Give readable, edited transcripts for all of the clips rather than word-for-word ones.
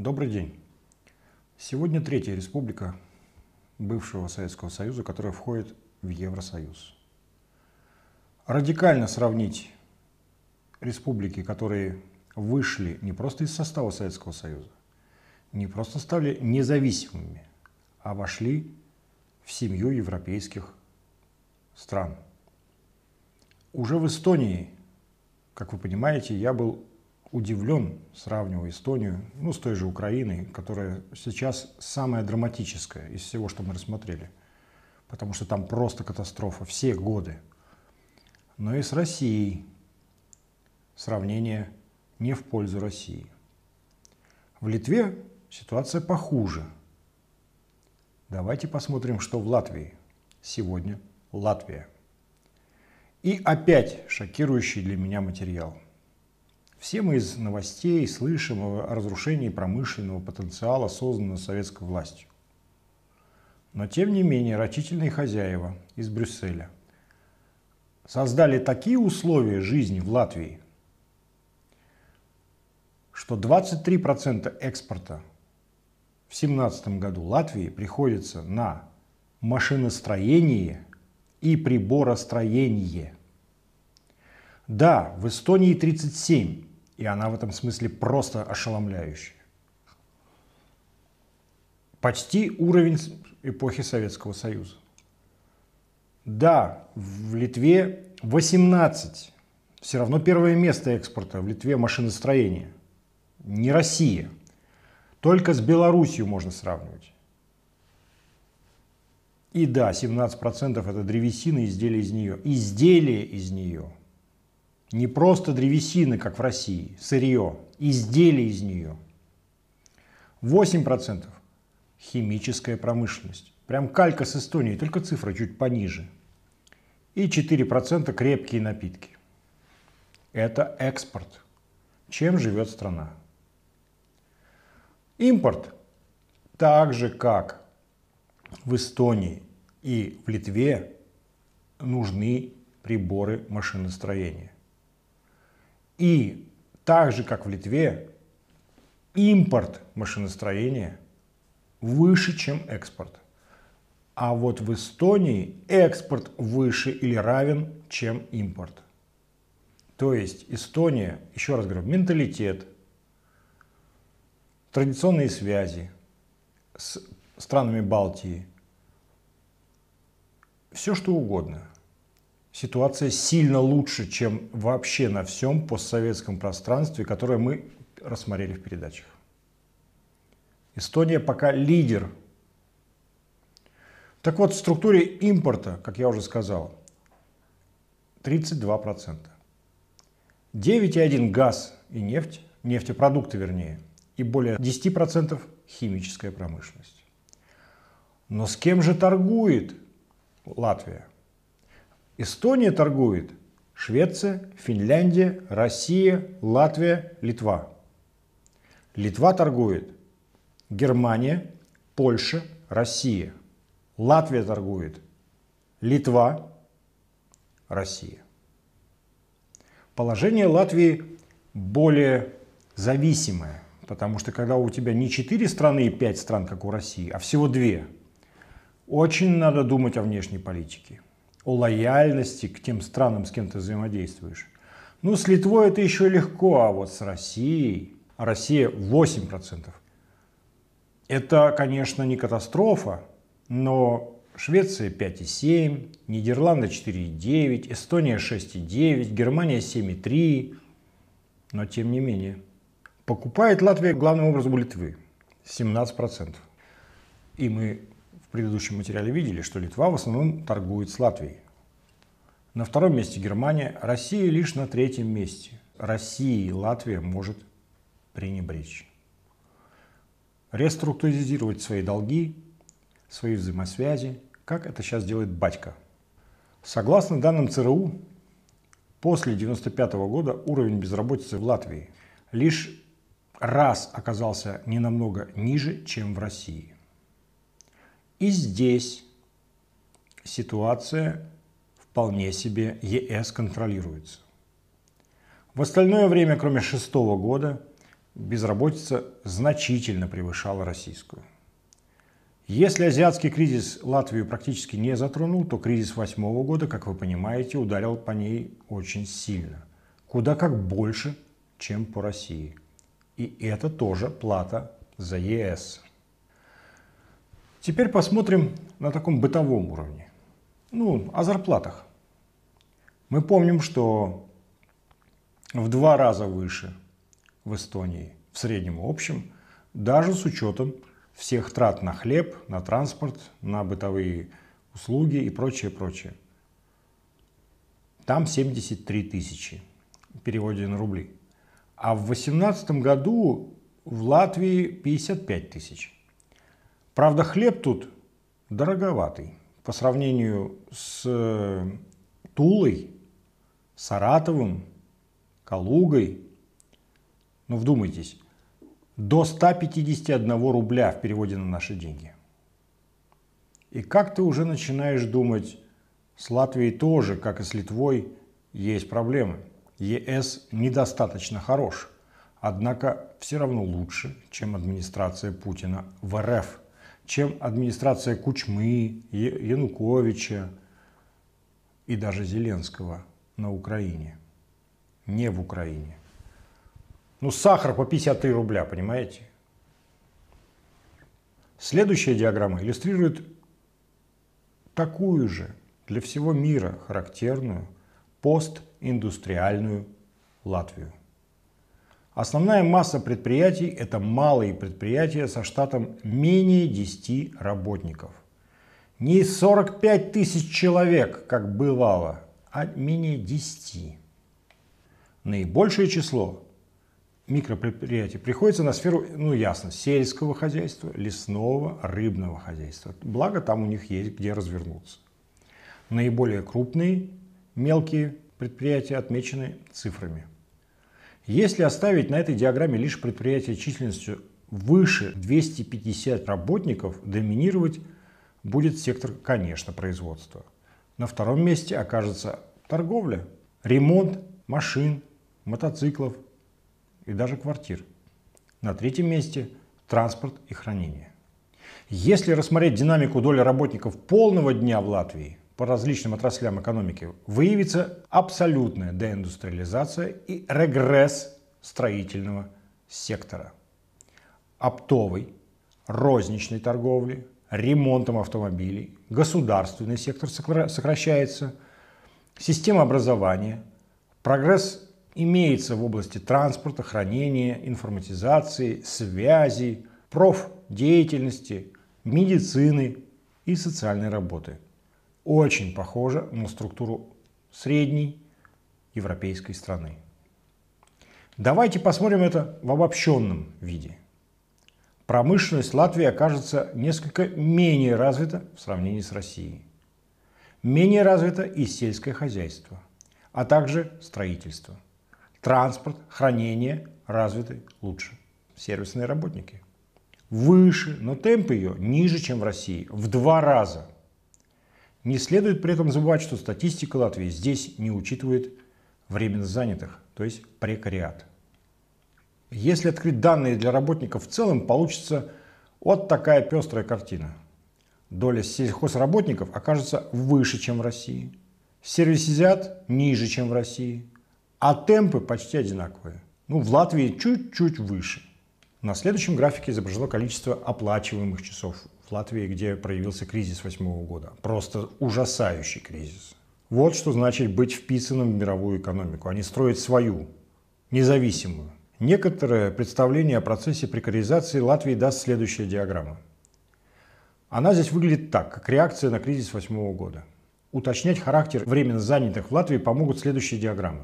Добрый день. Сегодня третья республика бывшего Советского Союза, которая входит в Евросоюз. Радикально сравнить республики, которые вышли не просто из состава Советского Союза, не просто стали независимыми, а вошли в семью европейских стран. Уже в Эстонии, как вы понимаете, я был удивлен, сравнивая Эстонию, с той же Украиной, которая сейчас самая драматическая из всего, что мы рассмотрели. Потому что там просто катастрофа все годы. Но и с Россией сравнение не в пользу России. В Литве ситуация похуже. Давайте посмотрим, что в Латвии. Сегодня Латвия. И опять шокирующий для меня материал. Все мы из новостей слышим о разрушении промышленного потенциала, созданного советской властью. Но тем не менее рачительные хозяева из Брюсселя создали такие условия жизни в Латвии, что 23% экспорта в 2017 году Латвии приходится на машиностроение и приборостроение. Да, в Эстонии 37%, и она в этом смысле просто ошеломляющая. Почти уровень эпохи Советского Союза. Да, в Литве 18%. Все равно первое место экспорта в Литве машиностроение. Не Россия. Только с Белоруссией можно сравнивать. И да, 17% это древесина, изделия из нее. Изделия из нее. Не просто древесина, как в России, сырье, изделия из нее. 8% химическая промышленность. Прям калька с Эстонии, только цифра чуть пониже. И 4% крепкие напитки. Это экспорт. Чем живет страна? Импорт. Так же, как в Эстонии и в Литве, нужны приборы машиностроения. И так же, как в Литве, импорт машиностроения выше, чем экспорт. А вот в Эстонии экспорт выше или равен, чем импорт. То есть Эстония, еще раз говорю, менталитет, традиционные связи с странами Балтии, все что угодно. Ситуация сильно лучше, чем вообще на всем постсоветском пространстве, которое мы рассмотрели в передачах. Эстония пока лидер. Так вот, в структуре импорта, как я уже сказал, 32%. 9,1% газ и нефть, нефтепродукты вернее, и более 10% химическая промышленность. Но с кем же торгует Латвия? Эстония торгует Швеция, Финляндия, Россия, Латвия, Литва. Литва торгует Германия, Польша, Россия. Латвия торгует Литва, Россия. Положение Латвии более зависимое, потому что когда у тебя не 4 страны и 5 стран, как у России, а всего 2, очень надо думать о внешней политике, о лояльности к тем странам, с кем ты взаимодействуешь. С Литвой это еще легко, а вот с Россией, а Россия 8%. Это, конечно, не катастрофа, но Швеция 5,7%, Нидерланды 4,9%, Эстония 6,9%, Германия 7,3%. Но тем не менее. Покупает Латвия главным образом у Литвы 17%. И мы в предыдущем материале видели, что Литва в основном торгует с Латвией. На втором месте Германия, Россия лишь на третьем месте. Россия и Латвия может пренебречь. Реструктуризировать свои долги, свои взаимосвязи, как это сейчас делает батька. Согласно данным ЦРУ, после 1995 года уровень безработицы в Латвии лишь раз оказался не намного ниже, чем в России. И здесь ситуация вполне себе ЕС контролируется. В остальное время, кроме 2006 года, безработица значительно превышала российскую. Если азиатский кризис Латвию практически не затронул, то кризис 2008 года, как вы понимаете, ударил по ней очень сильно. Куда как больше, чем по России. И это тоже плата за ЕС. Теперь посмотрим на таком бытовом уровне. О зарплатах. Мы помним, что в 2 раза выше в Эстонии в среднем и общем, даже с учетом всех трат на хлеб, на транспорт, на бытовые услуги и прочее, прочее. Там 73 тысячи в переводе на рубли. А в 2018 году в Латвии 55 тысяч. Правда, хлеб тут дороговатый по сравнению с Тулой, Саратовым, Калугой. Но вдумайтесь, до 151 рубля в переводе на наши деньги. И как ты уже начинаешь думать, с Латвией тоже, как и с Литвой, есть проблемы. ЕС недостаточно хорош, однако все равно лучше, чем администрация Путина в РФ, чем администрация Кучмы, Януковича и даже Зеленского на Украине. Не в Украине. Сахар по 53 рубля, понимаете? Следующая диаграмма иллюстрирует такую же для всего мира характерную постиндустриальную Латвию. Основная масса предприятий – это малые предприятия со штатом менее 10 работников. Не 45 тысяч человек, как бывало, а менее 10. Наибольшее число микропредприятий приходится на сферу, ясно, сельского хозяйства, лесного, рыбного хозяйства. Благо, там у них есть где развернуться. Наиболее крупные, мелкие предприятия отмечены цифрами. Если оставить на этой диаграмме лишь предприятия численностью выше 250 работников, доминировать будет сектор, конечно, производства. На втором месте окажется торговля, ремонт машин, мотоциклов и даже квартир. На третьем месте транспорт и хранение. Если рассмотреть динамику доли работников полного дня в Латвии по различным отраслям экономики, выявится абсолютная деиндустриализация и регресс строительного сектора. Оптовой, розничной торговли, ремонтом автомобилей, государственный сектор сокращается, система образования, прогресс имеется в области транспорта, хранения, информатизации, связи, профдеятельности, медицины и социальной работы. Очень похоже на структуру средней европейской страны. Давайте посмотрим это в обобщенном виде. Промышленность Латвии окажется несколько менее развита в сравнении с Россией. Менее развито и сельское хозяйство, а также строительство. Транспорт, хранение развиты лучше. Сервисные работники. Выше, но темпы ее ниже, чем в России. В 2 раза. Не следует при этом забывать, что статистика Латвии здесь не учитывает временно занятых, то есть прекариат. Если открыть данные для работников в целом, получится вот такая пестрая картина. Доля сельхозработников окажется выше, чем в России. Сервисизиат ниже, чем в России. А темпы почти одинаковые. В Латвии чуть-чуть выше. На следующем графике изображено количество оплачиваемых часов в Латвии, где проявился кризис 2008 года. Просто ужасающий кризис. Вот что значит быть вписанным в мировую экономику, а не строить свою, независимую. Некоторое представление о процессе прекаризации Латвии даст следующая диаграмма. Она здесь выглядит так, как реакция на кризис 2008 года. Уточнять характер временно занятых в Латвии помогут следующие диаграммы.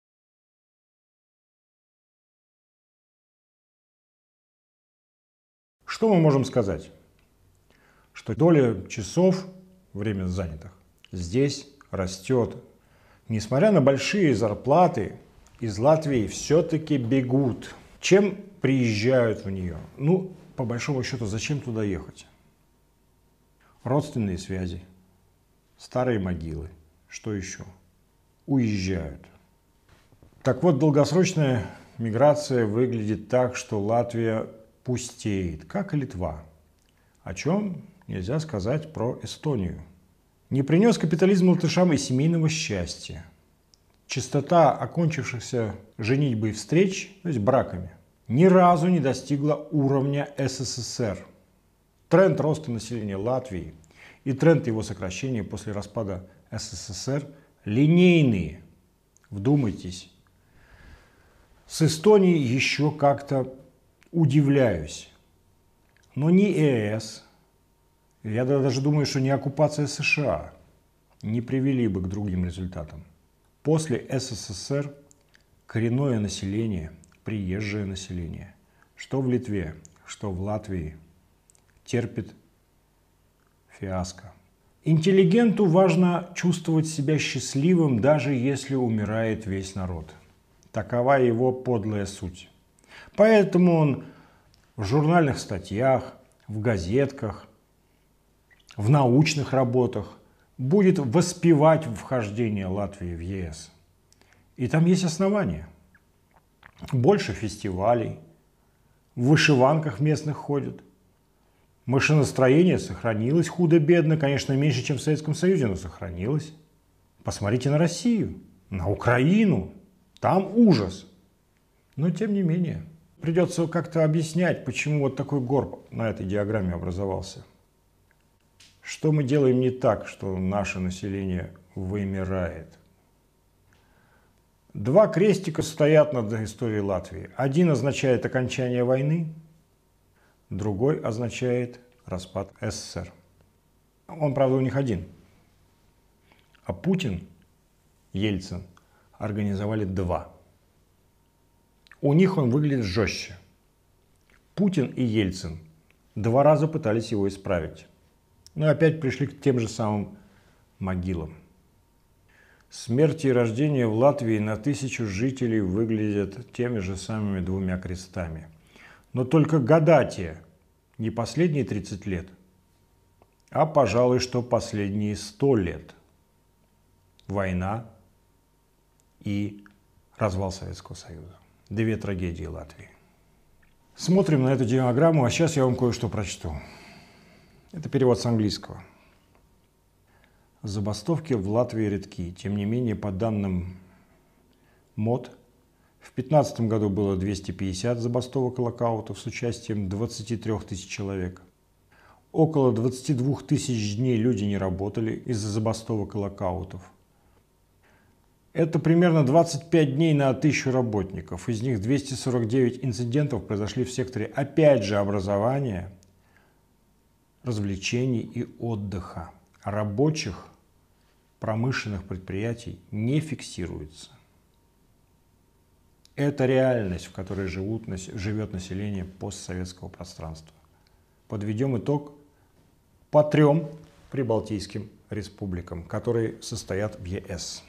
Что мы можем сказать? Что доля часов временно занятых здесь растет. Несмотря на большие зарплаты, из Латвии все-таки бегут. Чем приезжают в нее? По большому счету, зачем туда ехать? Родственные связи, старые могилы, что еще? Уезжают. Так вот, долгосрочная миграция выглядит так, что Латвия пустеет, как и Литва. О чем нельзя сказать про Эстонию. Не принес капитализм латышам и семейного счастья. Частота окончившихся женитьбой встреч, то есть браками, ни разу не достигла уровня СССР. Тренд роста населения Латвии и тренд его сокращения после распада СССР линейные. Вдумайтесь. С Эстонией еще как-то удивляюсь. Но ни ЕС, я даже думаю, что ни оккупация США не привели бы к другим результатам. После СССР коренное население, приезжее население, что в Литве, что в Латвии, терпит фиаско. Интеллигенту важно чувствовать себя счастливым, даже если умирает весь народ. Такова его подлая суть. Поэтому он в журнальных статьях, в газетках, в научных работах будет воспевать вхождение Латвии в ЕС. И там есть основания. Больше фестивалей, в вышиванках местных ходят. Машиностроение сохранилось худо-бедно, конечно, меньше, чем в Советском Союзе, но сохранилось. Посмотрите на Россию, на Украину, там ужас. Но тем не менее, придется как-то объяснять, почему вот такой горб на этой диаграмме образовался. Что мы делаем не так, что наше население вымирает? Два крестика стоят над историей Латвии. Один означает окончание войны, другой означает распад СССР. Он, правда, у них один. А Путин, Ельцин организовали два. У них он выглядит жестче. Путин и Ельцин два раза пытались его исправить. Но опять пришли к тем же самым могилам. Смерти и рождения в Латвии на 1000 жителей выглядят теми же самыми двумя крестами. Но только года те не последние 30 лет, а, пожалуй, что последние 100 лет. Война и развал Советского Союза. Две трагедии Латвии. Смотрим на эту диаграмму, а сейчас я вам кое-что прочту. Это перевод с английского. Забастовки в Латвии редки. Тем не менее, по данным МОД, в 2015 году было 250 забастовок и локаутов с участием 23 тысяч человек. Около 22 тысяч дней люди не работали из-за забастовок и локаутов. Это примерно 25 дней на 1000 работников. Из них 249 инцидентов произошли в секторе, опять же, образования, развлечений и отдыха. Рабочих промышленных предприятий не фиксируется. Это реальность, в которой живет население постсоветского пространства. Подведем итог по 3 прибалтийским республикам, которые состоят в ЕС.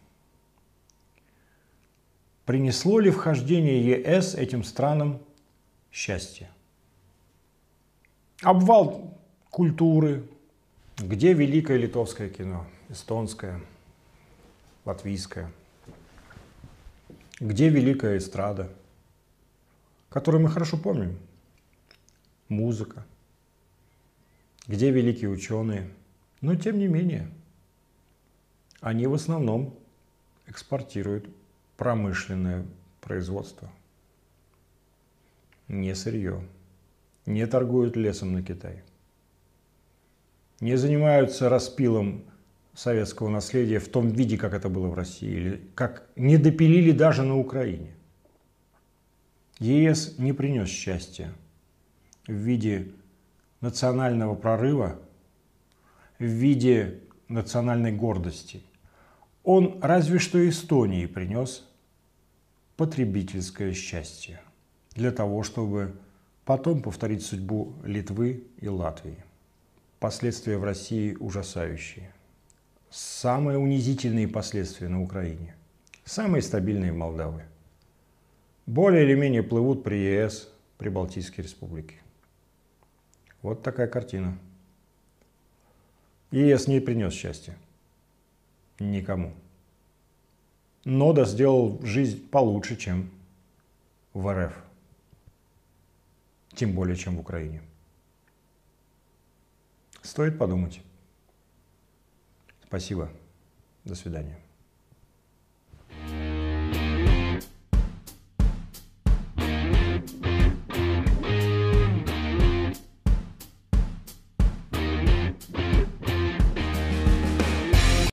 Принесло ли вхождение ЕС этим странам счастье? Обвал культуры. Где великое литовское кино? Эстонское, латвийское. Где великая эстрада, которую мы хорошо помним? Музыка. Где великие ученые? Но тем не менее, они в основном экспортируют промышленное производство. Не сырье. Не торгуют лесом на Китай. Не занимаются распилом советского наследия в том виде, как это было в России, или как не допилили даже на Украине. ЕС не принес счастья в виде национального прорыва, в виде национальной гордости. Он разве что Эстонии принес потребительское счастье для того, чтобы потом повторить судьбу Литвы и Латвии. Последствия в России ужасающие. Самые унизительные последствия на Украине. Самые стабильные в Молдавии. Более или менее плывут при ЕС прибалтийские республики. Вот такая картина. ЕС не принес счастья никому. Но да сделал жизнь получше, чем в РФ, тем более, чем в Украине. Стоит подумать. Спасибо. До свидания.